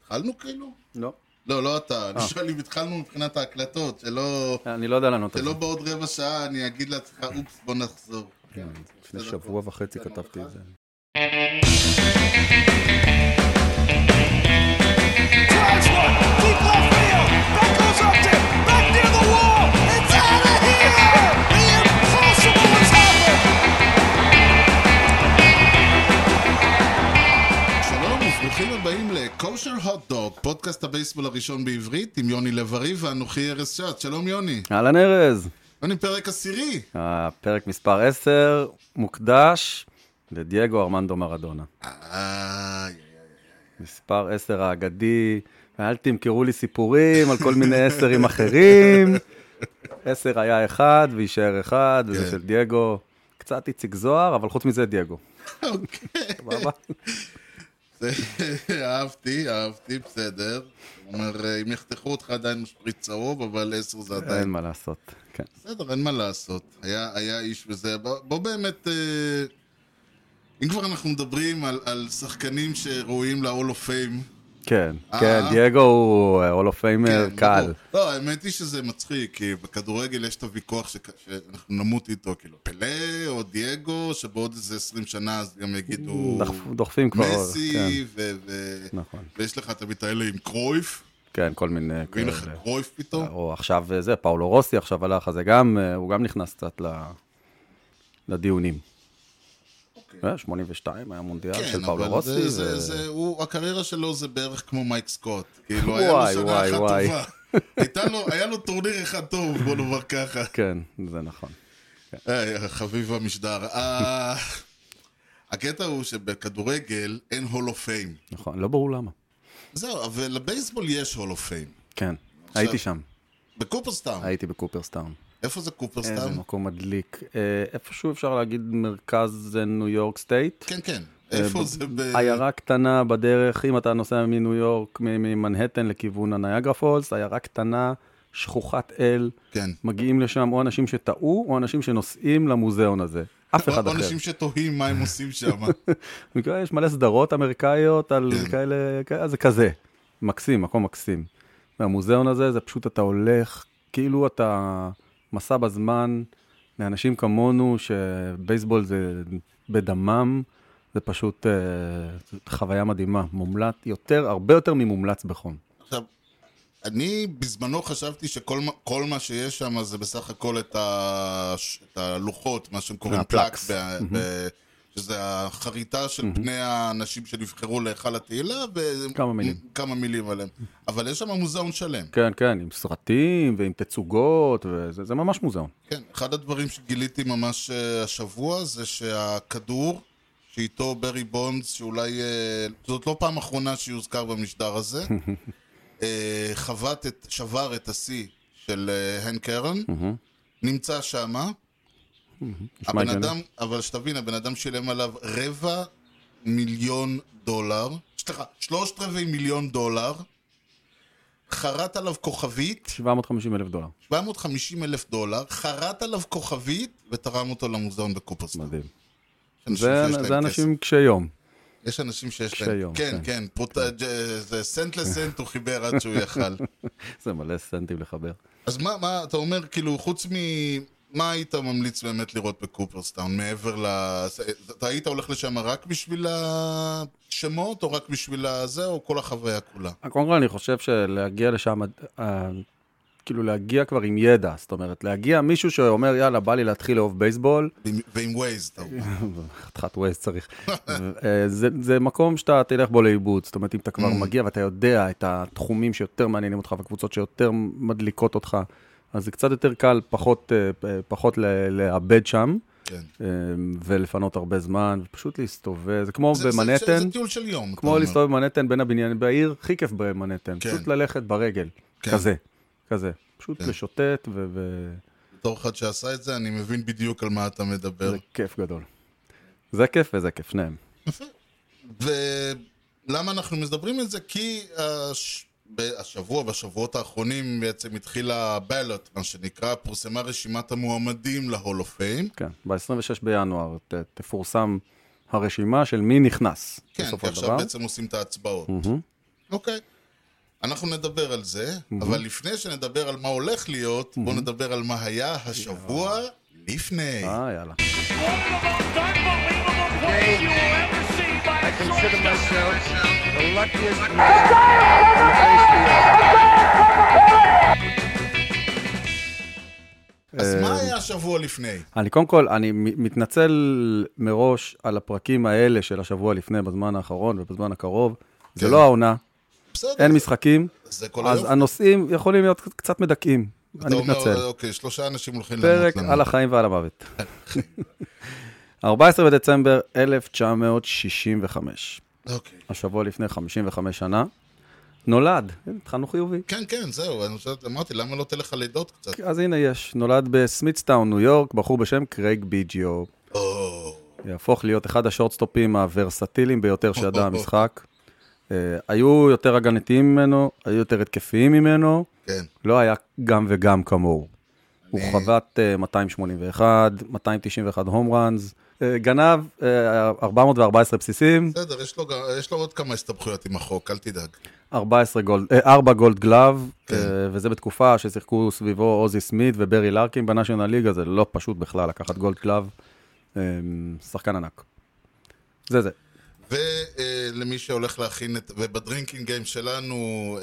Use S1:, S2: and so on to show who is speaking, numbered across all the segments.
S1: התחלנו כאילו?
S2: לא.
S1: לא, לא אתה. אני שואל אם התחלנו מבחינת ההקלטות, שלא...
S2: אני לא יודע לענות על זה.
S1: שלא בעוד רבע שעה אני אגיד לעצמך, אופס, בוא נחזור.
S2: לפני שבוע וחצי כתבתי את זה.
S3: Drives one, deep left field. That goes up to back near the wall. It's out of here. The impossible has happened.
S1: שלום וברוכים הבאים לקושר הוט דוג, פודקאסט הבייסבול הראשון בעברית עם יוני לב-ארי ואנוכי ארז שץ. שלום יוני.
S2: אהלן ארז.
S1: יוני, פרק 10.
S2: הפרק מספר 10 מוקדש לדייגו ארמנדו מרדונה. מספר 10 האגדי, ואל תמכרו לי סיפורים על כל מיני 10 אחרים. 10 היה אחד וישאר אחד, וזה של דייגו. קצת איציק זוהר, אבל חוץ מזה דייגו.
S1: אוקיי. אהבתי, בסדר. אומר, אם יחתכו אותך עדיין משפריץ צהוב, אבל 10 זה עדיין.
S2: אין מה לעשות, כן.
S1: בסדר, אין מה לעשות. היה איש וזה. בוא באמת, אם כבר אנחנו מדברים על שחקנים שראויים ל-Hall of Fame.
S2: כן, דייגו הוא Hall of Famer קל.
S1: לא, האמת היא שזה מצחיק, כי בכדורגל יש את הוויכוח שאנחנו נמות איתו, כאילו פלה או דייגו, שבעוד איזה 20 שנה אז גם יגידו
S2: דוחפים כבר.
S1: מסי, ויש לך תמיד האלה עם קרויף.
S2: כן, כל מיני.
S1: ואין לך קרויף פתאום.
S2: או עכשיו זה, פאולו רוסי עכשיו הלך, אז הוא גם נכנס קצת לדיונים. 82 היה מונדיאל של פאולו רוסי.
S1: הקריירה שלו זה בערך כמו מייק סקוט. כאילו, היה לו שנה אחת טובה. היה לו טורניר אחד טוב, בוא נאמר ככה.
S2: כן, זה נכון.
S1: חביב המשדר. הקטע הוא שבכדורגל אין Hall of Fame.
S2: נכון, לא ברור למה.
S1: זהו, אבל לבייסבול יש Hall of Fame.
S2: כן, הייתי שם.
S1: בקופרסטאון?
S2: הייתי בקופרסטאון.
S1: איזה מקום?
S2: איזה מקום מדליק. איפשהו אפשר להגיד מרכז ניו יורק סטייט.
S1: כן, כן. איפה זה
S2: עיירה קטנה בדרך, אם אתה נוסע מניו יורק, ממנהטן לכיוון הניאגרה פולס, עיירה קטנה, שכוחת אל.
S1: כן.
S2: מגיעים לשם או אנשים שטעו, או אנשים שנוסעים למוזיאון הזה. אף אחד אחר.
S1: או אנשים שתוהים מה הם עושים שם.
S2: יש מלא סדרות אמריקאיות על כאלה, זה כזה. מקסים, מקום מקסים. והמוזיאון הזה, זה פשוט אתה הולך, כאילו אתה מסע בזמן, לאנשים כמונו, שבייסבול זה בדמם, זה פשוט חוויה מדהימה, מומלץ יותר, הרבה יותר ממומלץ בחום.
S1: עכשיו, אני בזמנו חשבתי שכל מה שיש שם זה בסך הכל את הלוחות, מה שהם קוראים פלקס, שזה החריטה של פני האנשים שנבחרו להיכל התהילה, וכמה מילים עליהם. אבל יש שם מוזיאון שלם.
S2: כן, כן, עם סרטים ועם תצוגות, וזה ממש מוזיאון.
S1: כן, אחד הדברים שגיליתי ממש השבוע זה שהכדור, שאיתו ברי בונדס, שאולי, זאת לא פעם אחרונה שיוזכר במשדר הזה, שבר את השיא של הנק קרן, נמצא שמה, הבן אדם, אבל שתבין, הבן אדם שילם עליו $250,000, סליחה, $350,000, חרט עליו כוכבית,
S2: $750,000.
S1: $750,000, חרט עליו כוכבית, ותרם אותו למוזיאון בקופרסטאון.
S2: מדהים. זה אנשים קשי יום.
S1: יש אנשים שיש להם, כן, כן, זה סנט לסנט הוא חיבר עד שהוא יכל.
S2: זה מלא סנטים לחבר.
S1: אז מה, אתה אומר, כאילו, חוץ מה היית ממליץ באמת לראות בקופרסטאון, מעבר אתה היית הולך לשם רק בשביל השמות, או רק בשביל זה, או כל החוויה כולה?
S2: קודם כל אני חושב שלהגיע לשם, כאילו להגיע כבר עם ידע, זאת אומרת, להגיע מישהו שאומר, יאללה, בא לי להתחיל לאהוב בייסבול.
S1: ועם ווייז, אתה אומר.
S2: חתיכת ווייז צריך. זה מקום שאתה תלך בו לאיבוד, זאת אומרת, אם אתה כבר מגיע ואתה יודע את התחומים שיותר מעניינים אותך, והקבוצות שיותר מדליקות אותך, אז זה קצת יותר קל, פחות לאבד שם, ולפנות הרבה זמן, ופשוט להסתובב, זה כמו במנהטן.
S1: זה טיול של יום.
S2: כמו להסתובב במנהטן בין הבניין, בעיר הכי כיף במנהטן, פשוט ללכת ברגל, כזה, פשוט לשוטט
S1: בתור אחד שעשה את זה, אני מבין בדיוק על מה אתה מדבר.
S2: זה כיף גדול. זה כיף וזה כיף, שניהם.
S1: ולמה אנחנו מדברים על זה? כי בשבועות האחרונים בעצם התחילה בלוט, מה שנקרא, פורסמה רשימת המועמדים ל-Hall of Fame.
S2: כן, ב-26 בינואר תפורסם הרשימה של מי נכנס.
S1: כן, כי עכשיו בעצם עושים את ההצבעות. אוקיי. אנחנו נדבר על זה, אבל לפני שנדבר על מה הולך להיות, בואו נדבר על מה היה השבוע לפני.
S2: יאללה.
S4: I consider myself the luckiest man on the face of the earth.
S1: אז מה היה השבוע לפני?
S2: אני קודם כל, אני מתנצל מראש על הפרקים האלה של השבוע לפני, בזמן האחרון ובזמן הקרוב. זה לא העונה,
S1: בסדר.
S2: אין משחקים,
S1: זה כל
S2: אז
S1: היום.
S2: הנושאים יכולים להיות קצת מדכאים. אני
S1: אתה אומר,
S2: מתנצל.
S1: אוקיי, 3 אנשים הולכים למות
S2: פרק
S1: לנו.
S2: על החיים ועל המוות. 14 בדצמבר 1965.
S1: אוקיי.
S2: השבוע לפני 55 שנה. נולד, התחלנו חיובי.
S1: כן, כן, זהו, אמרתי, למה לא תלך לידות קצת?
S2: אז הנה יש, נולד בסמית'טאון, ניו יורק, בחור בשם קרייג ביג'יו. יהפוך להיות אחד השורטסטופים הוורסטיליים ביותר שידע המשחק. היו יותר הגנתיים ממנו, היו יותר התקפיים ממנו,
S1: כן.
S2: לא היה גם וגם כמוהו. הוא חבט 281, 291 הום ראנס, גנב 414 בסיסים.
S1: בסדר, יש לו עוד כמה הסתבכויות עם החוק, אל תדאג.
S2: 4 גולד גלאב, וזה בתקופה ששיחקו סביבו אוזי סמית וברי לארקין בנשיונל ליגה, זה לא פשוט בכלל לקחת גולד גלאב, שחקן ענק. זה.
S1: ולמי שהולך להכין ובדרינקינג גיים שלנו,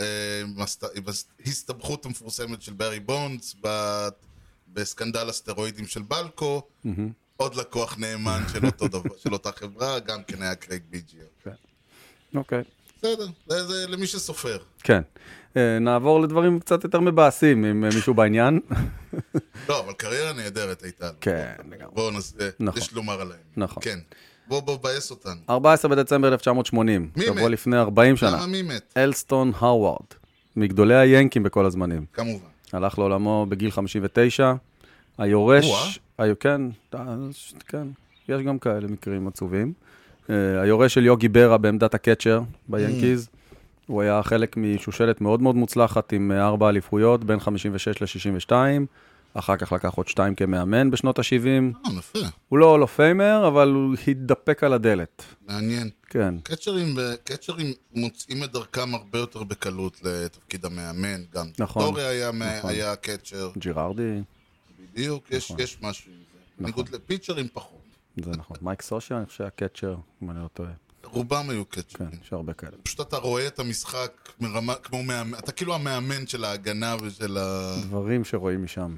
S1: הסתבכות המפורסמת של ברי בונדס, בסקנדל הסטרואידים של בלקו, עוד לקוח נאמן של אותה חברה, גם כן היה קרייג ביג'יו.
S2: אוקיי.
S1: בסדר, זה למי שסופר.
S2: כן. נעבור לדברים קצת יותר מבאסים, עם מישהו בעניין.
S1: לא, אבל קריירה נהדרת הייתה.
S2: כן, לגמרי.
S1: בואו יש לומר עליהם.
S2: נכון.
S1: כן. בואו בייס אותנו.
S2: 14 בדצמבר 1980, שבוע לפני 40 שנה.
S1: למה מי מת?
S2: אלסטון הווארד, מגדולי היאנקים בכל הזמנים.
S1: כמובן.
S2: הלך לעולמו בגיל 59. היורש, כן, יש גם כאלה מקרים עצובים. היורש של יוגי ברה בעמדת הקצ'ר ביאנקיז. הוא היה חלק משושלת מאוד מאוד מוצלחת עם 4 אליפויות, בין 56 ל-62. אחר כך לקח עוד 2 כמאמן בשנות ה-70.
S1: נפה.
S2: הוא לא הולו פיימר, אבל הוא התדפק על הדלת.
S1: מעניין.
S2: כן.
S1: קצ'רים מוצאים את דרכם הרבה יותר בקלות לתפקיד המאמן, גם.
S2: נכון.
S1: טורי היה קצ'ר.
S2: ג'ירארדי.
S1: בדיוק, יש משהו עם זה. בניגוד לפיצ'רים פחות.
S2: זה נכון. מייק סושיה, אני חושב שהיה קצ'ר, אם אני לא טועה.
S1: רובם היו קצ'רים.
S2: כן, יש הרבה כאלה.
S1: פשוט אתה רואה את המשחק מרמה, כמו מאמן, אתה כאילו המאמן של ההגנה ושל
S2: דברים שרואים משם.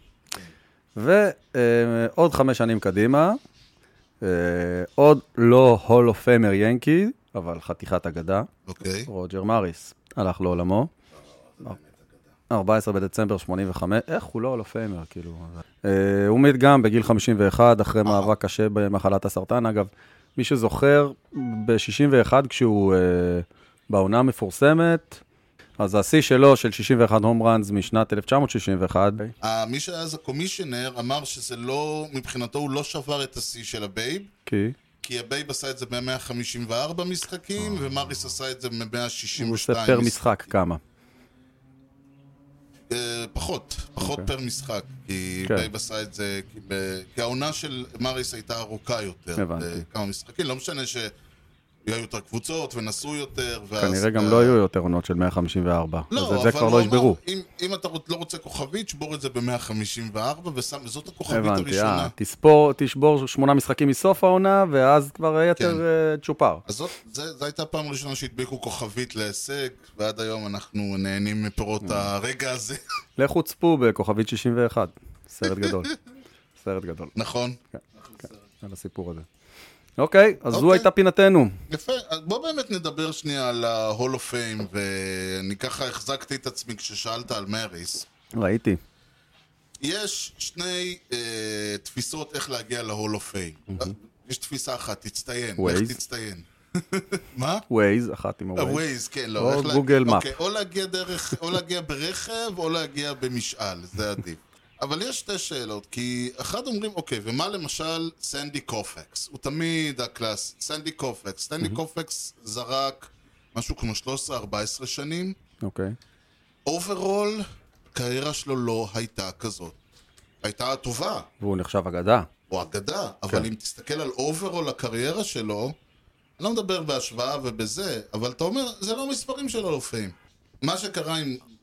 S2: ועוד 5 שנים קדימה, עוד לא הול אוף פיימר ינקי, אבל חתיכת אגדה.
S1: אוקיי.
S2: רוג'ר מריס הלך לעולמו. 14 בדצמבר 85, איך הוא לא הול אוף פיימר, כאילו. הוא מת גם בגיל 51, אחרי מאבק קשה במחלת הסרטן. אגב, מי שזוכר, ב-61, כשהוא בעונה המפורסמת, אז השיא שלו של 61 הום ראנס משנת 1961.
S1: מי שהיה אז הקומישיונר אמר שזה לא, מבחינתו הוא לא שבר את השיא של הבייב, כי הבייב עשה את זה ב-154 משחקים, ומריס עשה את זה ב-162.
S2: הוא עושה פר משחק כמה?
S1: פחות פר משחק, כי בייב עשה את זה, כי העונה של מריס הייתה ארוכה יותר.
S2: הבנתי.
S1: כמה משחקים, לא משנה ש... היו יותר קבוצות ונסו יותר.
S2: כנראה גם לא היו יותר עונות של 154.
S1: לא,
S2: אז את זה כבר לא ישברו.
S1: אם אתה לא רוצה כוכבית, שבור את זה ב-154, וזאת הכוכבית הראשונה.
S2: תשבור 8 משחקים מסוף העונה, ואז כבר היתר צ'ופר.
S1: אז זו הייתה הפעם הראשונה שהדביקו כוכבית להישג, ועד היום אנחנו נהנים מפירות הרגע הזה.
S2: לכו צפו בכוכבית 61. סרט גדול. סרט גדול.
S1: נכון.
S2: כן, על הסיפור הזה. אוקיי, אז זו הייתה פינתנו.
S1: יפה, אז בוא באמת נדבר שנייה על ה-Hall of Fame, ואני ככה החזקתי את עצמי כששאלת על מריס.
S2: ראיתי.
S1: יש 2 תפיסות איך להגיע ל-Hall of Fame. יש תפיסה אחת, תצטיין. איך תצטיין? מה?
S2: ווייז, אחת עם הווייז.
S1: ווייז, כן, לא.
S2: או גוגל מאפ.
S1: או להגיע ברכב, או להגיע במשאל, זה עדיף. אבל יש 2 שאלות, כי אחד אומרים, אוקיי, ומה למשל סנדי קופקס? הוא תמיד הקלאס, סנדי קופקס. סנדי קופקס זרק משהו כמו 13-14 שנים.
S2: אוקיי.
S1: אוברול, קריירה שלו לא הייתה כזאת. הייתה טובה.
S2: והוא נחשב אגדה.
S1: הוא אגדה, אבל אם תסתכל על אוברול הקריירה שלו, אני לא מדבר בהשוואה ובזה, אבל אתה אומר, זה לא מספרים של אלופים. מה שקרה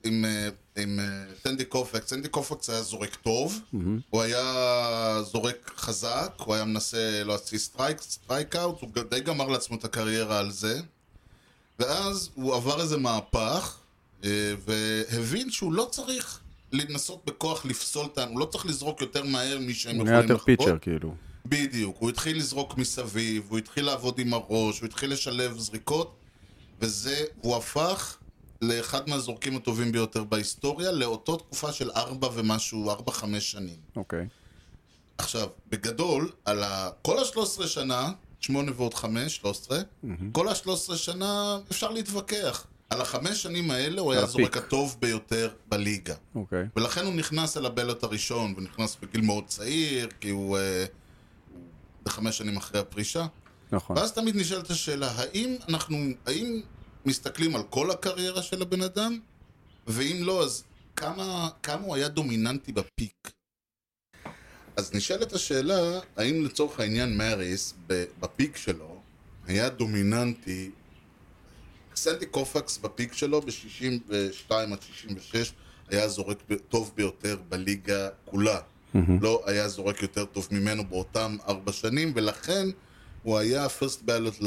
S1: עם סנדי קופקס, סנדי קופקס היה זורק טוב, הוא היה זורק חזק, הוא היה מנסה להוציא סטרייקאוט, הוא די גמר לעצמו את הקריירה על זה, ואז הוא עבר איזה מהפך, והבין שהוא לא צריך לנסות בכוח לפסול הוא לא צריך לזרוק יותר מהר משהם
S2: הוא
S1: יכולים
S2: נהיה יותר
S1: לחכות.
S2: פיצ'ר כאילו.
S1: בדיוק, הוא התחיל לזרוק מסביב, הוא התחיל לעבוד עם הראש, הוא התחיל לשלב זריקות, והוא הפך לאחד מהזורקים הטובים ביותר בהיסטוריה, לאותו תקופה של 4-5 שנים.
S2: אוקיי.
S1: עכשיו, בגדול, כל ה-13 שנה, 8 ועוד 5, 13, כל ה-13 שנה אפשר להתווכח. על ה5 שנים האלה הוא היה הזורק הטוב ביותר בליגה.
S2: אוקיי.
S1: ולכן הוא נכנס אל הבלט הראשון, ונכנס בגיל מאוד צעיר, כי הוא 5 שנים אחרי הפרישה.
S2: נכון.
S1: ואז תמיד נשאלת השאלה, האם מסתכלים על כל הקריירה של הבן אדם? ואם לא, אז כמה הוא היה דומיננטי בפיק? אז נשאלת השאלה, האם לצורך העניין מריס, בפיק שלו, היה דומיננטי, סנדי קופקס בפיק שלו, ב-62 עד 66, היה זורק טוב ביותר בליגה כולה. לא היה זורק יותר טוב ממנו באותם 4 שנים, ולכן הוא היה first ballot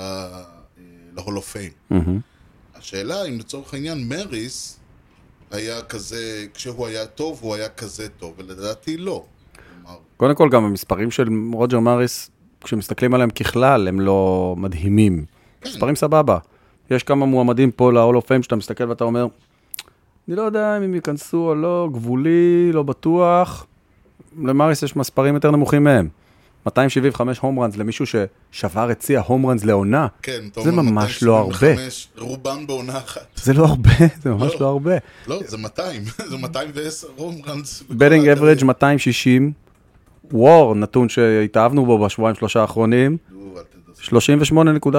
S1: ל-Hall of Fame. השאלה אם לצורך העניין מריס היה כזה, כשהוא היה טוב, הוא היה כזה טוב, ולדעתי לא.
S2: קודם כל גם המספרים של רוג'ר מריס, כשמסתכלים עליהם ככלל, הם לא מדהימים. מספרים סבבה. יש כמה מועמדים פה ל-Hall of Fame שאתה מסתכל ואתה אומר, אני לא יודע אם הם ייכנסו או לא, גבולי, לא בטוח. למריס יש מספרים יותר נמוכים מהם. 275 הום ראנס למישהו ששבר את שיא ההום ראנס לעונה.
S1: כן,
S2: זה ממש לא הרבה.
S1: רובם בעונה אחת.
S2: זה לא הרבה, זה ממש לא הרבה.
S1: לא, זה 200, זה 210 הום ראנס.
S2: בטינג אברג' 260, וור, נתון שהתאהבנו בו בשבועיים 3 האחרונים, 38.3.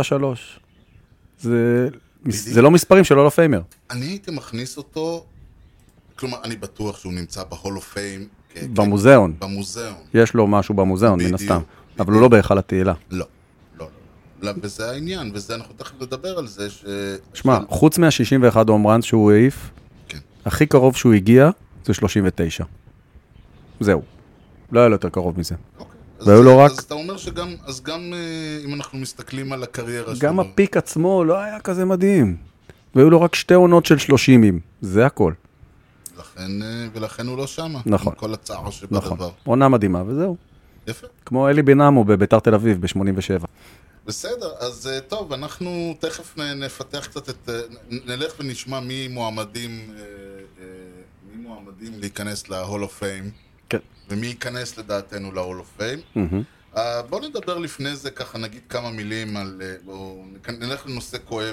S2: זה לא מספרים של הול אוף פיימר.
S1: אני הייתי מכניס אותו, כלומר, אני בטוח שהוא נמצא בהול אוף פיים.
S2: במוזיאון.
S1: במוזיאון.
S2: יש לו משהו במוזיאון, מן הסתם. אבל הוא לא בהיכל התהילה.
S1: לא. וזה העניין, וזה אנחנו תכף נדבר על זה
S2: שמע, חוץ מה-61 הום ראנס שהוא העיף, הכי קרוב שהוא הגיע זה 39. זהו. לא היה לו יותר קרוב מזה. והיו לו רק...
S1: אז אתה אומר שגם, אז גם אם אנחנו מסתכלים על הקריירה שלו...
S2: גם הפיק עצמו לא היה כזה מדהים. והיו לו רק 2 עונות של 30. זה הכל.
S1: ולכן הוא לא שמה.
S2: נכון.
S1: כל הצער שבדבר.
S2: נכון. עונה מדהימה, וזהו.
S1: יפה.
S2: כמו אלי בינאמו בביתר תל אביב ב-87.
S1: בסדר, אז טוב, אנחנו תכף נפתח קצת את... נלך ונשמע מי מועמדים להיכנס ל-Hall of Fame.
S2: כן.
S1: ומי ייכנס לדעתנו ל-Hall of Fame. בואו נדבר לפני זה, ככה נגיד כמה מילים על... נלך לנושא כואב.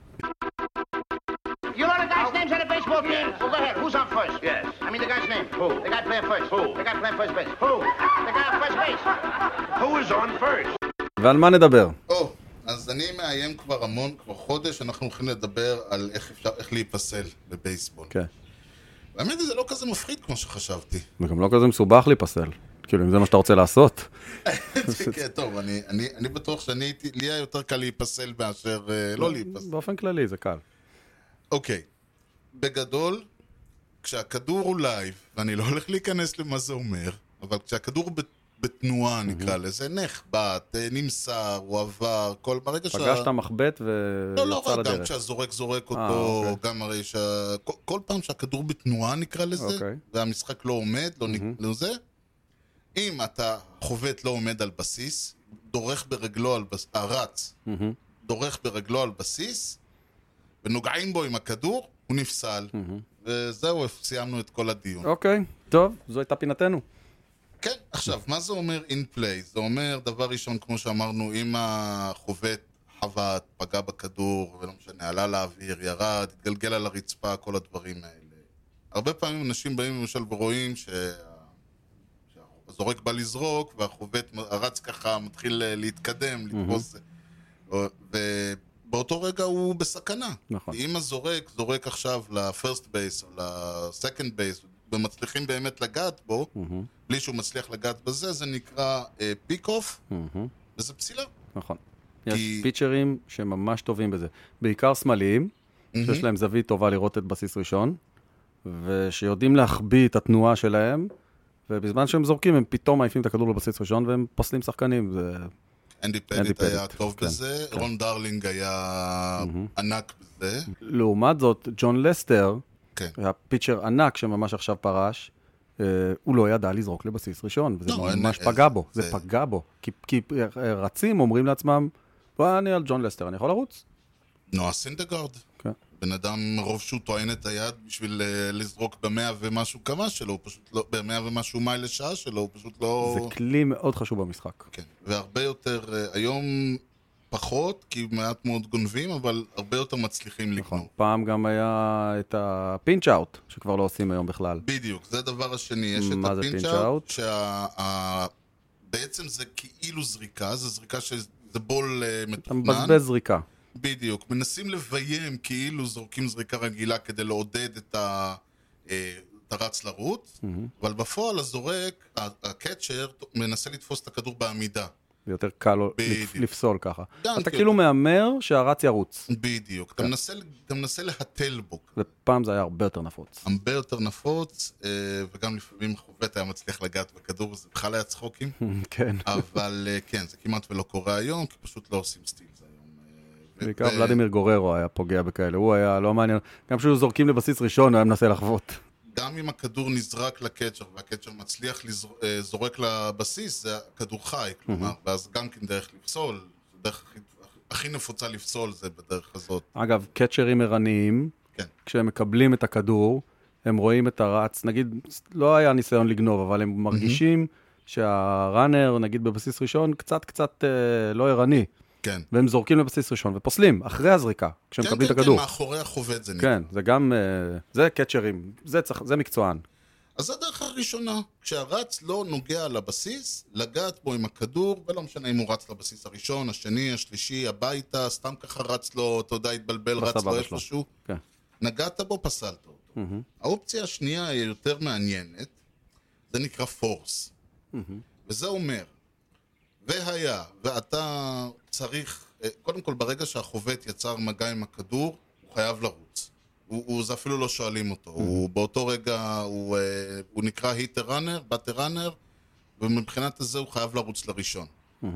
S5: You know the guy's names on the baseball team? Well, go ahead. Who's on first? Yes. I mean the guy's name. Who? The guy playing first. Who? The guy playing first base. Who? The guy on first base.
S4: Who is on first?
S2: ועל מה נדבר?
S1: אז אני מאיים כבר חודש, אנחנו הולכים לדבר על איך להיפסל בבייסבול.
S2: כן.
S1: האמת זה לא כזה מפחיד כמו שחשבתי.
S2: וגם לא כזה מסובך להיפסל. כאילו, אם זה מה שאתה רוצה לעשות.
S1: כן, טוב, אני בטוח לי היה יותר קל להיפסל מאשר לא להיפסל.
S2: באופן כללי זה קל.
S1: אוקיי, בגדול, כשהכדור הוא לייב, ואני לא הולך להיכנס למה זה אומר, אבל כשהכדור בתנועה נקרא לזה, נחבט, נמסר, הוא עבר, כל ברגע
S2: פגשת מחבט ויצא לדרך.
S1: לא, גם כשהזורק זורק אותו, גם הרי כל פעם שהכדור בתנועה נקרא לזה, והמשחק לא עומד, לא זה, אם אתה חובט לא עומד על בסיס, דורך ברגלו על בסיס, הרץ, דורך ברגלו על בסיס, ונוגעים בו עם הכדור, הוא נפסל. וזהו, סיימנו את כל הדיון.
S2: אוקיי, טוב, זו הייתה פינתנו.
S1: כן, עכשיו, מה זה אומר in play? זה אומר, דבר ראשון, כמו שאמרנו, אם החובט חבט, פגע בכדור, ולא משנה, עלה לאוויר, ירד, התגלגל על הרצפה, כל הדברים האלה. הרבה פעמים אנשים באים למשל ורואים שהזורק בא לזרוק, והחובט הרץ ככה, מתחיל להתקדם, לתפוס, באותו רגע הוא בסכנה.
S2: נכון.
S1: אם הזורק זורק עכשיו לפרסט בייס או לסקנד בייס, ומצליחים באמת לגעת בו, בלי שהוא מצליח לגעת בזה, זה נקרא פיק אוף, וזה פסילה.
S2: נכון. יש פיצ'רים שממש טובים בזה. בעיקר שמאליים, שיש להם זווית טובה לראות את בסיס ראשון, ושיודעים להחביא את התנועה שלהם, ובזמן שהם זורקים, הם פתאום מעיפים את הכדור לבסיס ראשון, והם פוסלים שחקנים.
S1: אנדי פדיט היה טוב בזה, רון דרלינג היה ענק בזה.
S2: לעומת זאת, ג'ון לסטר, הפיצ'ר ענק שממש עכשיו פרש, הוא לא ידע לזרוק לבסיס ראשון, וזה ממש פגע בו, זה פגע בו. כי רצים, אומרים לעצמם, אני על ג'ון לסטר, אני יכול לרוץ?
S1: נועה סינדגרד. בן אדם מרוב שהוא טוען את היד בשביל לזרוק ב100 ומשהו כמה שלו, הוא פשוט לא, ב100 ומשהו מייל לשעה שלו, הוא פשוט לא...
S2: זה כלי מאוד חשוב במשחק.
S1: כן, והרבה יותר, היום פחות, כי מעט מאוד גונבים, אבל הרבה יותר מצליחים לגנוב.
S2: פעם גם היה את הפינץ' אאוט, שכבר לא עושים היום בכלל.
S1: בדיוק, זה הדבר השני, יש את הפינץ' אאוט, בעצם זה כאילו זריקה, זה זריקה שזה בול מתוכנן.
S2: אתה מבזבז זריקה.
S1: בדיוק, מנסים לביים כאילו זורקים זריקה רגילה כדי לעודד את הרץ לרוץ, אבל בפועל הזורק, הקצ'ר מנסה לתפוס את הכדור בעמידה.
S2: זה יותר קל לפסול ככה. אתה כאילו מאמר שהרץ ירוץ.
S1: בדיוק, אתה מנסה להתל בו.
S2: ופעם זה היה הרבה יותר נפוץ.
S1: הרבה יותר נפוץ, וגם לפעמים החובט היה מצליח לגעת בכדור, זה בכלל היה צחוקים.
S2: כן.
S1: אבל כן, זה כמעט ולא קורה היום, כי פשוט לא עושים סטיל.
S2: בעיקר ולדימיר גוררו היה פוגע בכאלה, הוא היה לא מעניין, גם כשהוא זורקים לבסיס ראשון, הוא היה מנסה לחוות.
S1: גם אם הכדור נזרק לקצ'ר, והקצ'ר מצליח זורק לבסיס, זה כדור חי, כלומר, ואז גם כן דרך לפסול, דרך הכי נפוצה לפסול זה בדרך הזאת.
S2: אגב, קצ'רים ערניים, כשהם מקבלים את הכדור, הם רואים את הרץ, נגיד, לא היה ניסיון לגנוב, אבל הם מרגישים שהראנר, נגיד בבסיס ראשון, קצת לא ערני.
S1: כן.
S2: והם זורקים לבסיס ראשון ופוסלים, אחרי הזריקה, כשהם מקבלים את הכדור.
S1: כן, מאחורי החובט זה נקרא.
S2: כן, זה גם, זה קצ'רים, זה מקצוען.
S1: אז זו הדרך הראשונה, כשהרץ לא נוגע לבסיס, לגעת בו עם הכדור, ולא משנה אם הוא רץ לבסיס הראשון, השני, השלישי, הביתה, סתם ככה רץ לו, אתה יודע, התבלבל, רץ לו איפשהו. כן. נגעת בו, פסלת אותו. האופציה השנייה היא יותר מעניינת, זה נקרא פורס. וזה אומר, והיה, ואתה צריך, קודם כל ברגע שהחובט יצר מגע עם הכדור, הוא חייב לרוץ. זה אפילו לא שואלים אותו. הוא באותו רגע, הוא נקרא היטר ראנר, באטר ראנר, ומבחינת הזה הוא חייב לרוץ לראשון.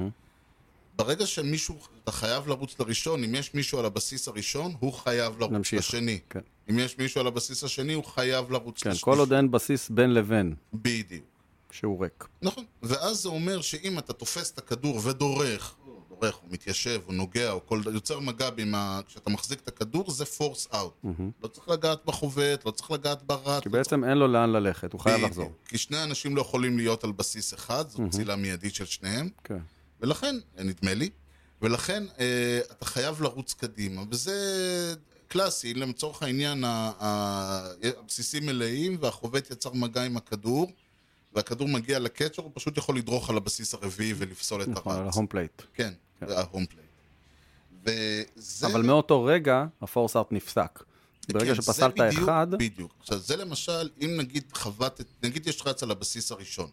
S1: ברגע שמישהו, אתה חייב לרוץ לראשון, אם יש מישהו על הבסיס הראשון, הוא חייב לרוץ לשני. אם יש מישהו על הבסיס השני, הוא חייב לרוץ לשני.
S2: כל עוד אין בסיס בין לבין.
S1: בדיוק.
S2: שהוא ריק.
S1: נכון. ואז זה אומר שאם אתה תופס את הכדור ודורך, הוא מתיישב, הוא נוגע, או יוצר מגע כשאתה מחזיק את הכדור, זה פורס אאוט. לא צריך לגעת בחובט, לא צריך לגעת ברץ.
S2: כי בעצם אין לו לאן ללכת, הוא חייב לחזור.
S1: כי שני אנשים לא יכולים להיות על בסיס אחד, זו פסילה מיידית של שניהם. ולכן, נדמה לי, ולכן אתה חייב לרוץ קדימה. וזה קלאסי, לצורך העניין, הבסיסים מלאים, והחובט יצר מגע עם הכדור, והכדור מגיע לקצ'ר, הוא פשוט יכול לדרוך על הבסיס הרביעי ולפסול את הרץ.
S2: נכון, על ההום פלייט.
S1: כן, ההום פלייט.
S2: אבל מאותו רגע, הפורס אאוט נפסק. ברגע שפסלת אחד...
S1: בדיוק. עכשיו, זה למשל, אם נגיד יש רץ על הבסיס הראשון,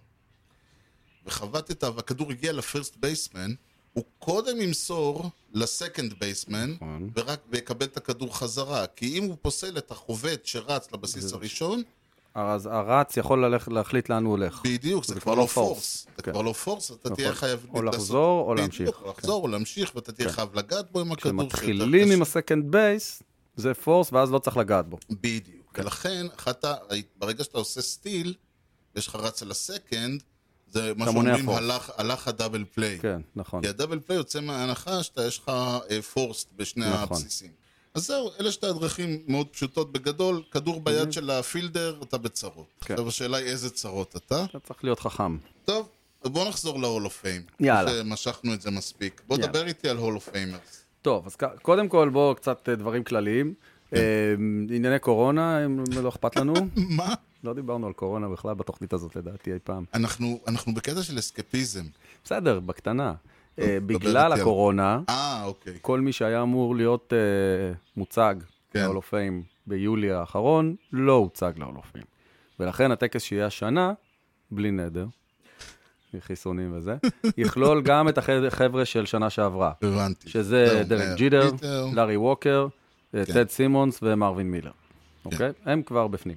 S1: וחבטת, והכדור הגיע לפירסט בייסמן, הוא קודם ימסור לסקנד בייסמן, ויקבל את הכדור חזרה. כי אם הוא פוסל את החובט שרץ לבסיס הראשון,
S2: אז הרץ יכול להחליט לאן הוא הולך.
S1: בדיוק, זה כבר לא פורס. זה כבר לא פורס, אתה תהיה חייב...
S2: או לחזור או להמשיך.
S1: לחזור או להמשיך, ואתה תהיה חייב לגעת בו עם הכדור.
S2: כשמתחילים עם הסקנד בייס, זה פורס, ואז לא צריך לגעת בו.
S1: בדיוק. ולכן, ברגע שאתה עושה סטיל, יש לך רץ על הסקנד, זה מה שאומרים, הלך הדאבל פליי.
S2: כן, נכון.
S1: כי הדאבל פליי יוצא מההנחה שיש לך פורס בשני הבסיסים. אז זהו, אלה שתי הדרכים מאוד פשוטות בגדול, כדור ביד של הפילדר, אתה בצרות. עכשיו השאלה היא איזה צרות אתה.
S2: אתה צריך להיות חכם.
S1: טוב, בוא נחזור ל-Hall of Fame.
S2: יאללה.
S1: שמשכנו את זה מספיק. בוא דבר איתי על Hall of Famers.
S2: טוב, אז קודם כל בואו קצת דברים כלליים. ענייני קורונה, אם לא אכפת לנו.
S1: מה?
S2: לא דיברנו על קורונה בכלל בתוכנית הזאת לדעתי אי פעם.
S1: אנחנו בקטע של אסקפיזם.
S2: בסדר, בקטנה. בגלל הקורונה, כל מי שהיה אמור להיות מוצג ל-Hall of Fame ביולי האחרון, לא הוצג ל-Hall of Fame. ולכן הטקס שיהיה השנה, בלי נדר, חיסונים וזה, יכלול גם את החבר'ה של שנה שעברה.
S1: הבנתי.
S2: שזה דרק ג'ידר, לארי ווקר, טד סימונס ומרווין מילר. אוקיי? הם כבר בפנים.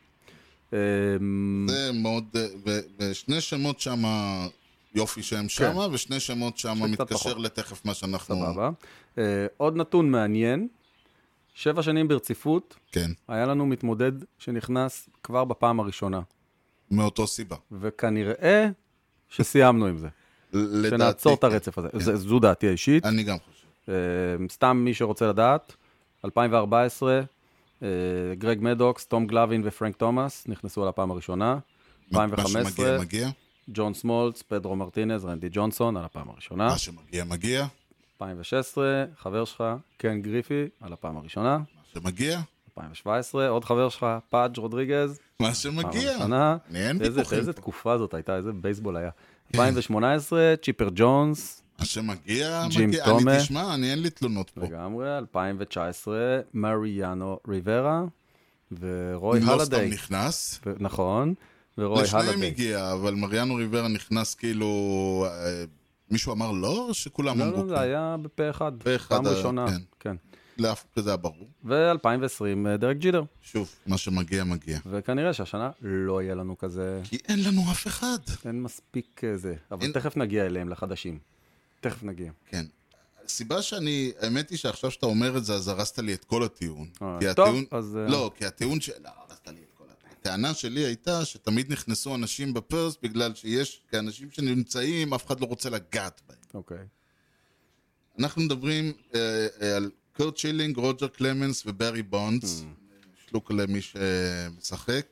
S1: זה מאוד, ושני שמות שם, יופי שהם שם, ושני שמות שם מתקשר לתכף מה שאנחנו...
S2: סבבה. עוד נתון מעניין, 7 שנים ברציפות,
S1: כן.
S2: היה לנו מתמודד שנכנס כבר בפעם הראשונה.
S1: מאותו סיבה.
S2: וכנראה שסיימנו עם זה. שנעצור את הרצף הזה. זו דעתי האישית.
S1: אני גם חושב.
S2: סתם מי שרוצה לדעת, 2014, גרג מדוקס, תום גלווין ופרנק תומאס נכנסו על הפעם הראשונה. 2015,
S1: מה שמגיע, מגיע.
S2: ג'ון סמולץ, פדרו מרטינז, רנדי ג'ונסון על הפעם הראשונה.
S1: מה שמגיע, מגיע.
S2: 2016, חבר שלך, קן גריפי, על הפעם הראשונה.
S1: מה שמגיע.
S2: 2017, עוד חבר שלך, פאג' רודריגז.
S1: מה שמגיע.
S2: אין ויכוחים. איזה תקופה זאת הייתה, איזה בייסבול היה. 2018, צ'יפר ג'ונס.
S1: מה שמגיע,
S2: ג'ים
S1: מגיע.
S2: תומה.
S1: אני תשמע, אין לי תלונות פה.
S2: לגמרי, 2019, מריאנו ריברה, ורוי
S1: לא
S2: הלדיי.
S1: סתם נכנס.
S2: נכון, ורוי הלדיי.
S1: לשניהם הגיע, אבל מריאנו ריברה נכנס כאילו... מישהו אמר לא, שכולם אמרו.
S2: לא, זה היה בפה אחד. פעם ראשונה. כן.
S1: לאף כזה ברור.
S2: ו-2020, דרק ג'ידר.
S1: שוב, מה שמגיע, מגיע.
S2: וכנראה שהשנה לא יהיה לנו כזה...
S1: כי אין לנו אף אחד.
S2: אין מספיק זה. אבל תכף נגיע אליהם, לחדשים. תכף נגיע.
S1: כן. הסיבה שאני... האמת היא שעכשיו שאתה אומר את זה, אז הרסת לי את כל הטיעון.
S2: טוב, אז...
S1: לא, כי הטיעון של... לא, הרסת לי את כל הטיעון. הטענה שלי הייתה שתמיד נכנסו אנשים בפרס, בגלל שיש כאנשים שנמצאים, אף אחד לא רוצה לגעת בהם.
S2: אוקיי.
S1: אנחנו מדברים על... קורט שילינג, רוג'ר קלמנס וברי בונדס, שלוק למי שמשחק.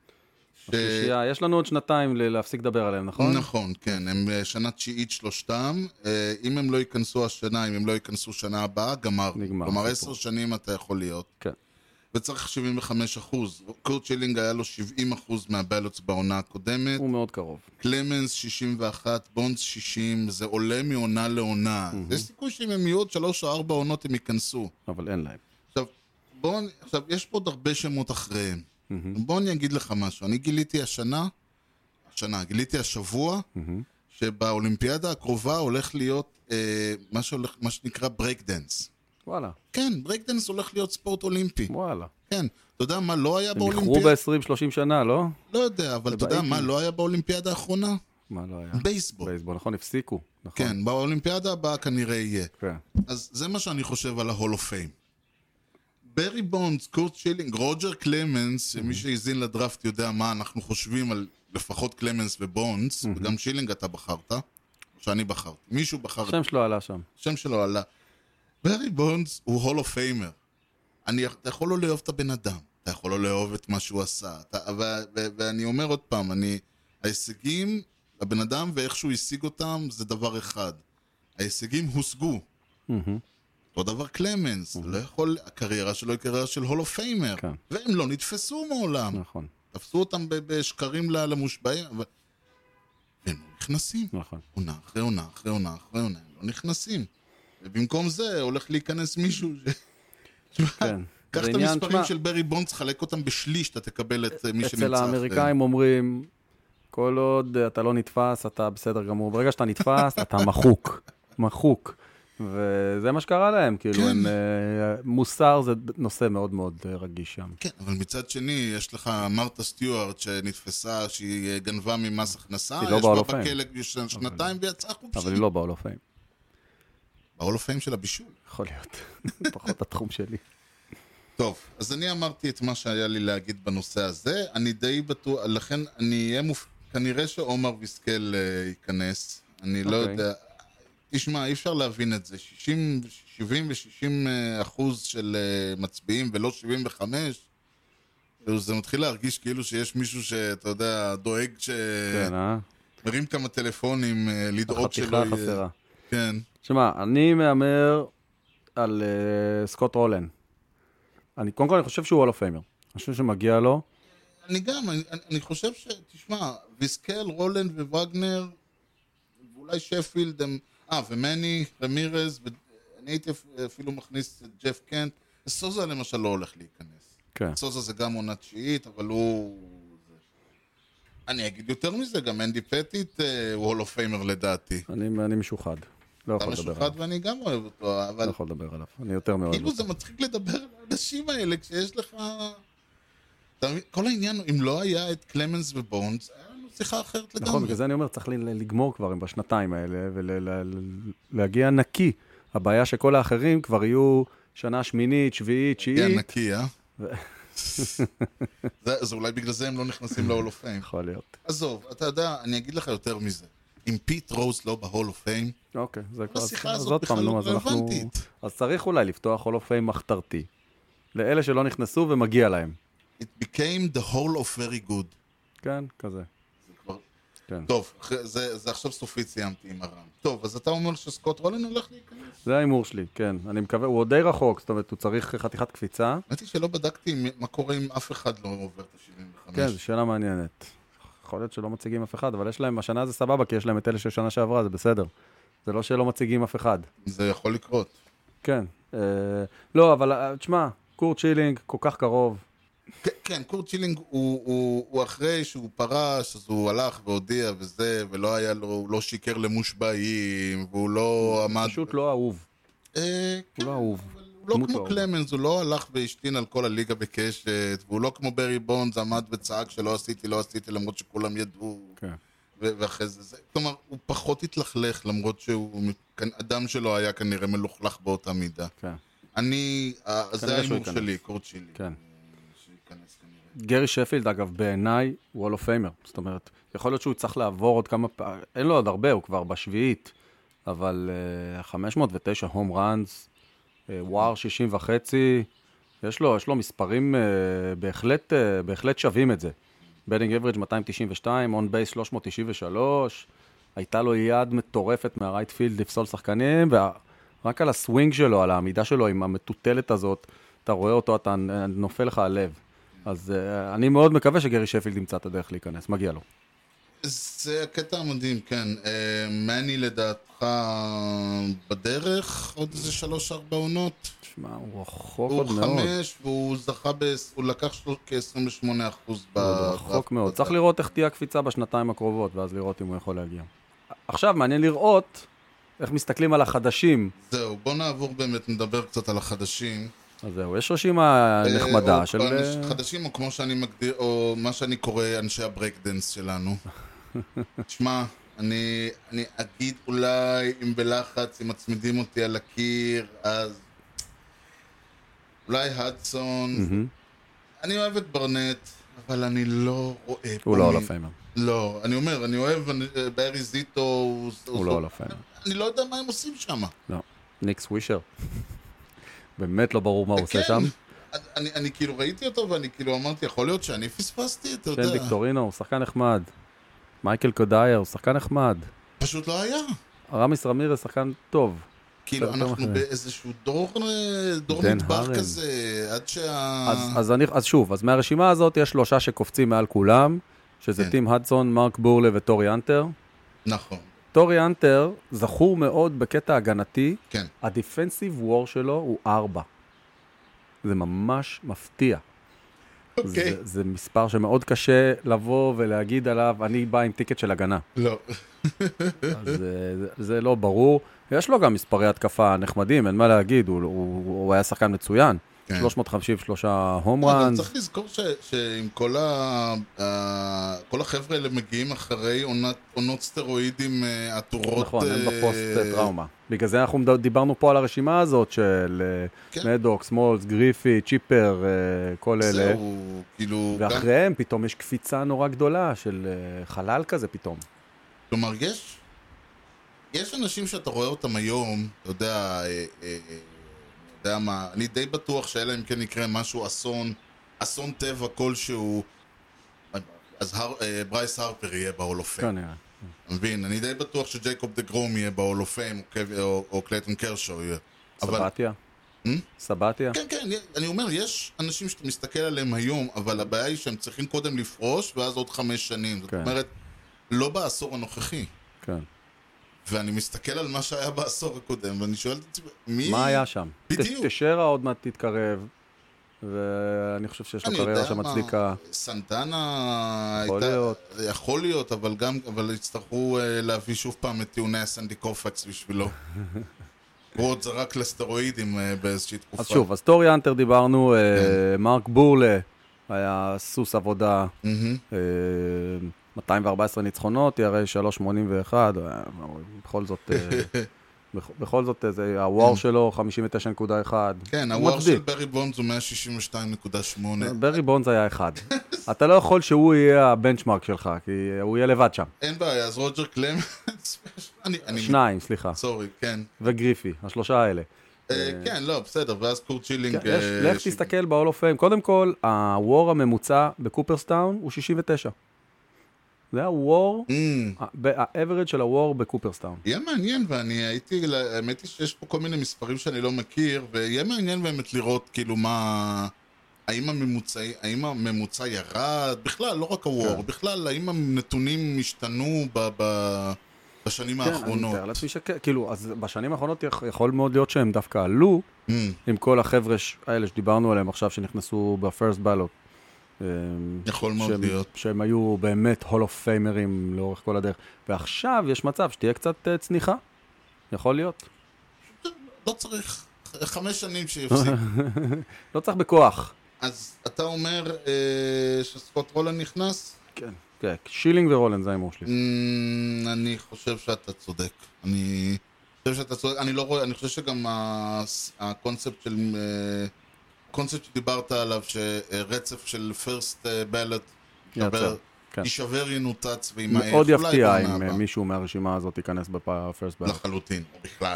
S2: יש לנו עוד שנתיים להפסיק לדבר עליהם, נכון?
S1: נכון, כן, הם שנה 9 שלושתם. אם הם לא ייכנסו השנה, אם הם לא ייכנסו שנה הבאה, גמרנו. כלומר 10 שנים אתה יכול להיות.
S2: כן.
S1: וצריך 75%. קורט שילינג היה לו 70% מהבלוטס בעונה הקודמת.
S2: הוא מאוד קרוב.
S1: קלמנס 61, בונדס 60, זה עולה מעונה לעונה. יש סיכוי שאם הם יהיו עוד 3 או 4 עונות הם ייכנסו.
S2: אבל אין להם.
S1: עכשיו, יש פה עוד הרבה שמות אחריהם. בוא אני אגיד לך משהו. אני גיליתי גיליתי השבוע, שבאולימפיאדה הקרובה הולך להיות מה שנקרא ברייק דנס.
S2: וואלה.
S1: כן, ברייק דנס הולך להיות ספורט אולימפי.
S2: וואלה.
S1: כן, אתה יודע מה לא היה באולימפיאדה?
S2: הם איחרו ב-20-30 שנה, לא?
S1: לא יודע, אבל אתה יודע מה לא היה באולימפיאדה האחרונה?
S2: מה לא היה?
S1: בייסבול.
S2: בייסבול, נכון, הפסיקו.
S1: כן, באולימפיאדה הבאה כנראה יהיה.
S2: כן.
S1: אז זה מה שאני חושב על ההול אוף פיים. ברי בונדס, קורט שילינג, רוג'ר קלמנס, מי שהזין לדראפט יודע מה אנחנו חושבים על לפחות קלמנס ובונדס, וגם שילינג אתה בחרת, שאני בחרתי. מישהו בחר...
S2: השם שלו עלה שם.
S1: השם שלו עלה. ברי בונדס הוא הול אוף פיימר. אתה יכול לא לאהוב את הבן אדם, אתה יכול לא לאהוב את מה שהוא עשה, ואני אומר עוד פעם, ההישגים, הבן אדם ואיך שהוא השיג אותם, זה דבר אחד. ההישגים הושגו. אותו דבר קלמנס, לא יכול, הקריירה שלו היא קריירה של הול אוף פיימר, והם לא נתפסו מעולם.
S2: נכון.
S1: תפסו אותם בשקרים למושבעים, והם לא נכנסים.
S2: נכון.
S1: עונה אחרי עונה אחרי עונה אחרי עונה, הם לא נכנסים. ובמקום זה הולך להיכנס מישהו
S2: כן.
S1: קח את המספרים של ברי בונדס, חלק אותם בשליש, אתה תקבל את מי שנמצא.
S2: אצל האמריקאים אומרים, כל עוד אתה לא נתפס, אתה בסדר גמור. ברגע שאתה נתפס, אתה מחוק. מחוק. וזה מה שקרה להם, כאילו, מוסר זה נושא מאוד מאוד רגיש שם.
S1: כן, אבל מצד שני, יש לך מרתה סטיוארט שנתפסה, שהיא גנבה ממס הכנסה,
S2: היא לא בהול אוף פיים.
S1: יש בה בכלא שנתיים ויצאה חופשי.
S2: אבל היא לא בהול אוף פיים.
S1: בהול אוף פיים של הבישול.
S2: יכול להיות, פחות התחום שלי.
S1: טוב, אז אני אמרתי את מה שהיה לי להגיד בנושא הזה, אני די בטוח, לכן אני אהיה כנראה שעומר ויסקל ייכנס, אני לא יודע, תשמע, אי אפשר להבין את זה, 70 ו-60% של מצביעים ולא 75, זה מתחיל להרגיש כאילו שיש מישהו שאתה יודע, דואג שמרים כמה טלפונים לדאוג שלא יהיה.
S2: החתיכה חסרה.
S1: כן.
S2: תשמע, אני מאמר על סקוט רולן. קודם כל אני חושב שהוא הול אוף פיימר. אני חושב שמגיע לו.
S1: אני חושב תשמע, ויסקל, רולן ווגנר, ואולי שפילד, ומני, רמירז, ואני הייתי אפילו מכניס את ג'ף קנט. סוזה למשל לא הולך להיכנס.
S2: כן.
S1: סוזה זה גם עונה תשיעית, אבל הוא... אני אגיד יותר מזה, גם אנדי פטיט הוא הול אוף פיימר לדעתי.
S2: אני משוחד. לא
S1: אתה
S2: יכול לדבר
S1: משוחד
S2: עליו.
S1: ואני גם אוהב אותו,
S2: לא
S1: אבל
S2: יכול לדבר עליו. אני יותר מאוד.
S1: כאילו זה מצחיק לדבר על האנשים האלה כשיש לך... אתה מבין? כל העניין, אם לא היה את קלמנס ובונדס, היה לנו שיחה אחרת לגמרי.
S2: נכון, בגלל זה אני אומר, צריך לגמור כבר בשנתיים האלה, ולהגיע נקי. הבעיה שכל האחרים כבר יהיו שנה שמינית, שביעית,
S1: כן,
S2: תשיעית.
S1: נקי, אז אולי בגלל זה הם לא נכנסים להול אוף פיים.
S2: יכול להיות.
S1: עזוב, אתה יודע, אני אגיד לך יותר מזה. אם פיט רוז לא בהול אוף פיים,
S2: אוקיי, זה כבר...
S1: השיחה
S2: אז
S1: הזאת
S2: עוד
S1: בכלל
S2: פעם,
S1: לא
S2: נו, אז אנחנו...
S1: רלוונטית.
S2: אז צריך אולי לפתוח הול אוף פיים מחתרתי. לאלה שלא נכנסו ומגיע להם.
S1: It became the whole of very good.
S2: כן, כזה.
S1: זה כבר...
S2: כן.
S1: טוב, זה עכשיו סופית סיימתי עם הרם. טוב, אז אתה אומר שסקוט רולן הולך להיכנס?
S2: זה ההימור שלי, כן. אני מקווה, הוא עוד די רחוק, זאת אומרת, הוא צריך חתיכת קפיצה.
S1: האמת היא שלא בדקתי מה קורה אם אף אחד לא עובר את ה-75.
S2: כן, זו שאלה מעניינת. יכול להיות שלא מציגים אף אחד, אבל יש להם, השנה זה סבבה, כי יש להם את אלה של שנה שעברה, זה בסדר. זה לא שלא מציגים אף אחד.
S1: זה יכול לקרות.
S2: כן. לא, אבל תשמע, קורט שילינג כל כך קרוב.
S1: כן, קורט שילינג הוא אחרי שהוא פרש, אז הוא הלך והודיע וזה, ולא היה לו, הוא לא שיקר למושבעים, והוא לא עמד...
S2: פשוט לא אהוב.
S1: הוא
S2: לא אהוב.
S1: הוא לא
S2: דמות
S1: כמו
S2: לא
S1: קלמנס, הוא לא הלך והשתין על כל הליגה בקשת, והוא לא כמו ברי בונדס, עמד וצעק שלא עשיתי, לא עשיתי, למרות שכולם ידעו.
S2: כן.
S1: ואחרי זה, כלומר, הוא פחות התלכלך, למרות אדם שלו היה כנראה מלוכלך באותה מידה.
S2: כן.
S1: זה ההימור שלי, קורט שילינג.
S2: כן.
S1: שייכנס כנראה.
S2: גרי שפילד, אגב, בעיניי, הוא הול אוף פיימר. זאת אומרת, יכול להיות שהוא צריך לעבור עוד כמה פעמים, אין לו עוד הרבה, הוא כבר בשביעית, אבל 509 הום ראנס, וואר 60.5, יש לו מספרים בהחלט שווים את זה. בדינג אברג' 292, און בייס 393, הייתה לו יד מטורפת מהרייט פילד לפסול שחקנים, ורק על הסווינג שלו, על העמידה שלו עם המטוטלת הזאת, אתה רואה אותו, אתה נופל לך הלב. אז אני מאוד מקווה שגרי שפילד ימצא את הדרך להיכנס, מגיע לו.
S1: זה הקטע המדהים, כן. מני לדעתך בדרך, עוד איזה 3-4 עונות.
S2: תשמע, הוא רחוק
S1: הוא
S2: עוד מאוד.
S1: 5, והוא זכה, הוא לקח כ-28%
S2: הוא רחוק מאוד. צריך לראות איך תהיה הקפיצה בשנתיים הקרובות, ואז לראות אם הוא יכול להגיע. עכשיו, מעניין לראות איך מסתכלים על החדשים.
S1: זהו, בוא נעבור באמת, נדבר קצת על החדשים.
S2: אז זהו, יש רשימה נחמדה של...
S1: חדשים, או כמו שאני מגדיר, או מה שאני קורא אנשי הברקדנס שלנו. תשמע, אני אגיד אולי, אם בלחץ, אם מצמידים אותי על הקיר, אז אולי הדסון. אני אוהב את ברנט, אבל אני לא רואה...
S2: הוא לא הול אוף פיימר.
S1: לא, אני אומר, אני אוהב, בארי זיטו...
S2: הוא לא הול אוף פיימר.
S1: אני לא יודע מה הם עושים שם.
S2: לא, ניק סווישר. באמת לא ברור מה הוא עושה שם.
S1: אני כאילו ראיתי אותו ואני כאילו אמרתי, יכול להיות שאני פספסתי, אתה יודע.
S2: שן ויקטורינו, הוא שחקן נחמד. מייקל קודייר, הוא שחקן נחמד.
S1: פשוט לא היה.
S2: רמיס רמירס, שחקן טוב.
S1: כאילו אנחנו באיזשהו דור מדבר כזה, עד
S2: אז שוב, אז מהרשימה הזאת יש 3 שקופצים מעל כולם, שזה טים הדסון, מרק בורלה וטורי אנטר.
S1: נכון.
S2: טורי אנטר זכור מאוד בקטע הגנתי,
S1: כן.
S2: הדפנסיב וור שלו הוא 4. זה ממש מפתיע.
S1: אוקיי.
S2: זה מספר שמאוד קשה לבוא ולהגיד עליו, אני בא עם טיקט של הגנה.
S1: לא.
S2: אז זה לא ברור. יש לו גם מספרי התקפה נחמדים, אין מה להגיד, הוא היה שחקן מצוין. 353 הום ראנס.
S1: אבל צריך לזכור שעם כל החבר'ה האלה מגיעים אחרי עונות סטרואידים עטורות...
S2: נכון, הם בפוסט טראומה. בגלל זה אנחנו דיברנו פה על הרשימה הזאת של מדוק, סמולס, גריפי, צ'יפר, כל אלה.
S1: זהו, כאילו...
S2: ואחריהם פתאום יש קפיצה נורא גדולה של חלל כזה פתאום.
S1: כלומר, יש אנשים שאתה רואה אותם היום, אתה יודע מה, אני די בטוח שאלה אם כן יקרה משהו אסון טבע כלשהו, אז ברייס הרפר יהיה בהול אוף פיים. מבין, אני די בטוח שג'ייקוב דה גרום יהיה בהול אוף פיים, או קלייטון קרשו יהיה.
S2: סבתיה? סבתיה?
S1: כן, כן, אני אומר, יש אנשים שאתה מסתכל עליהם היום, אבל הבעיה היא שהם צריכים קודם לפרוש, ואז עוד 5 שנים. זאת אומרת, לא בעשור הנוכחי.
S2: כן.
S1: ואני מסתכל על מה שהיה בעשור הקודם, ואני שואל את עצמי, מי...
S2: מה היה שם?
S1: בדיוק.
S2: תשרה עוד מעט תתקרב. ואני חושב שיש לו קריירה שמצדיקה.
S1: סנטנה יכול להיות, אבל יצטרכו להביא שוב פעם את טיעוני הסנדי קופקס בשבילו. ועוד זרק לסטרואידים באיזושהי תקופה.
S2: אז שוב, אז טורי אנטר דיברנו, מרק בורלה היה סוס עבודה, 214 ניצחונות, יראה 381, בכל זאת זה הוואר שלו 59.1.
S1: כן, הוואר של ברי בונדס הוא 162.8.
S2: ברי בונדס היה אחד. אתה לא יכול שהוא יהיה הבנצ'מרק שלך, כי הוא יהיה לבד שם.
S1: אין בעיה, אז רוג'ר קלם...
S2: שניים, סליחה.
S1: סורי, כן.
S2: וגריפי, השלושה האלה.
S1: כן, לא, בסדר, ואז קורט שילינג...
S2: לך תסתכל ב-Hall of Fame. קודם כל, הוואר הממוצע בקופרסטאון הוא 69. זה הוואר, האברד של הוואר בקופרסטאון. יהיה
S1: מעניין, ואני האמת היא שיש פה כל מיני מספרים שאני לא מכיר, ויהיה מעניין באמת לראות כאילו מה... האם הממוצע ירד? בכלל, לא רק הוואר, בכלל, האם הנתונים השתנו בשנים האחרונות? כן, אני מתאר לעצמי
S2: כאילו, אז בשנים האחרונות יכול מאוד להיות שהם דווקא עלו, עם כל החבר'ה האלה שדיברנו עליהם עכשיו, שנכנסו בפרסט בלוט.
S1: יכול מאוד להיות.
S2: שהם היו באמת הול אוף פיימרים לאורך כל הדרך. ועכשיו יש מצב שתהיה קצת צניחה. יכול להיות.
S1: לא צריך. 5 שנים שיפסיק.
S2: לא צריך בכוח.
S1: אז אתה אומר שסקוט רולן נכנס?
S2: כן. כן, שילינג ורולן זה האימור שלי.
S1: אני חושב שאתה צודק. אני לא רואה, אני חושב שגם הקונספט של... הקונספט שדיברת עליו, שרצף של פרסט בלט יישבר ינוצץ,
S2: מאוד יפתיע אם מישהו מהרשימה הזאת ייכנס בפרסט בלט.
S1: לחלוטין, או בכלל.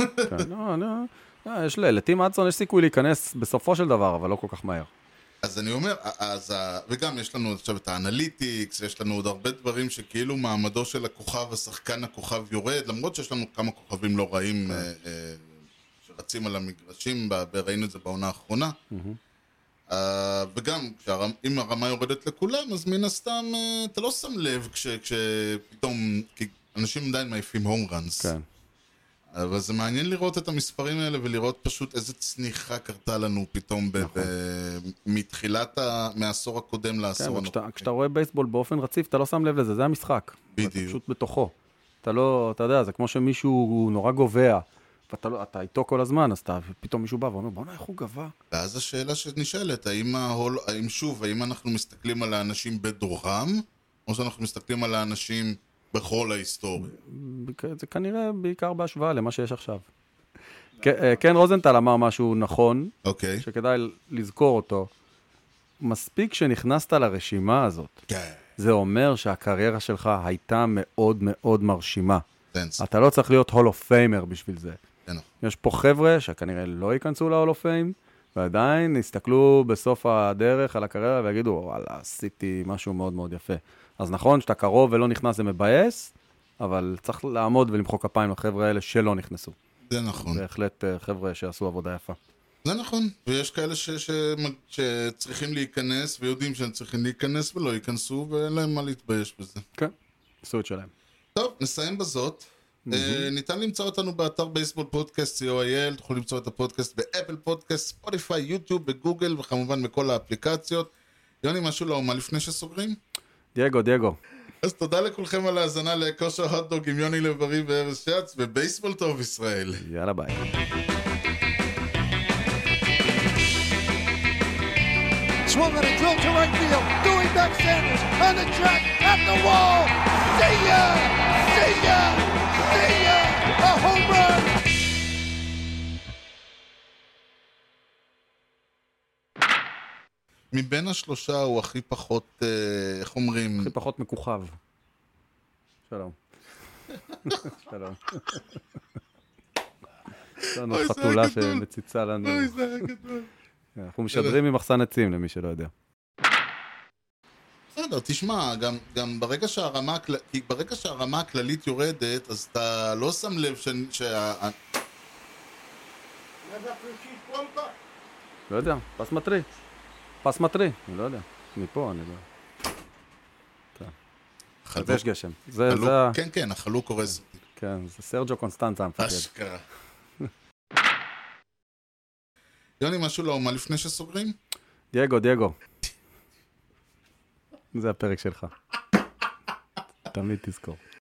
S2: יש לטים אדסון, יש סיכוי להיכנס בסופו של דבר, אבל לא כל כך מהר.
S1: אז אני אומר, וגם יש לנו עכשיו את האנליטיקס, יש לנו עוד הרבה דברים שכאילו מעמדו של הכוכב, השחקן הכוכב יורד, למרות שיש לנו כמה כוכבים לא רעים רצים על המגרשים, ראינו את זה בעונה האחרונה. וגם, אם הרמה יורדת לכולם, אז מן הסתם, אתה לא שם לב כשפתאום, כי אנשים עדיין מעיפים הום ראנס. כן. אבל זה מעניין לראות את המספרים האלה, ולראות פשוט איזה צניחה קרתה לנו פתאום מתחילת, מהעשור הקודם לעשור הנוכחי.
S2: כשאתה רואה בייסבול באופן רציף, אתה לא שם לב לזה, זה המשחק.
S1: בדיוק.
S2: אתה פשוט בתוכו. אתה יודע, זה כמו שמישהו נורא גובע. ואתה איתו כל הזמן, אז פתאום מישהו בא ואומר, בוא נהיה איך הוא גבה.
S1: ואז השאלה שנשאלת, האם אנחנו מסתכלים על האנשים בדורם, או שאנחנו מסתכלים על האנשים בכל ההיסטוריה?
S2: זה כנראה בעיקר בהשוואה למה שיש עכשיו. כן, רוזנטל אמר משהו נכון, שכדאי לזכור אותו. מספיק שנכנסת לרשימה הזאת. זה אומר שהקריירה שלך הייתה מאוד מאוד מרשימה. אתה לא צריך להיות הול אוף פיימר בשביל זה. יש פה חבר'ה שכנראה לא ייכנסו להול אוף פיים, ועדיין יסתכלו בסוף הדרך על הקריירה ויגידו, וואלה, עשיתי משהו מאוד מאוד יפה. אז נכון שאתה קרוב ולא נכנס זה מבאס, אבל צריך לעמוד ולמחוא כפיים לחבר'ה האלה שלא נכנסו.
S1: זה נכון.
S2: בהחלט חבר'ה שעשו עבודה יפה.
S1: זה נכון, ויש כאלה שצריכים להיכנס ויודעים שהם צריכים להיכנס ולא ייכנסו, ואין להם מה להתבייש בזה.
S2: כן, עשו את שלהם.
S1: טוב, נסיים בזאת. ניתן למצוא אותנו באתר בייסבול פודקאסט co.il, תוכלו למצוא את הפודקאסט באפל פודקאסט, ספוטיפיי, יוטיוב, בגוגל וכמובן בכל האפליקציות. יוני, משהו לאומה לפני שסוגרים?
S2: דייגו.
S1: אז תודה לכולכם על ההאזנה לכושר הוטדוג עם יוני לב-ארי וארז שץ, ובייסבול טוב ישראל.
S2: יאללה ביי.
S3: Swung on a drill to right field. Doing back Sanders on the track at the wall. See ya! See ya! See ya! A home run!
S1: מבין השלושה הוא הכי פחות, איך אומרים?
S2: הכי פחות מכוכב. שלום. שלום. יש לנו חתולה שמציצה לנו.
S1: אוי, זה היה גדול.
S2: אנחנו משדרים ממחסן עצים, למי שלא יודע.
S1: בסדר, תשמע, גם ברגע שהרמה הכללית יורדת, אז אתה לא שם לב
S2: לא יודע, פס מטרי, אני לא יודע. מפה, אני לא יודע. אז יש גשם.
S1: כן, החלוק הורס אותי.
S2: כן, זה סרג'ו קונסטנצה המפקד.
S1: אשכרה. יוני, משהו לאומה לפני שסוגרים?
S2: דייגו. זה הפרק שלך. תמיד תזכור.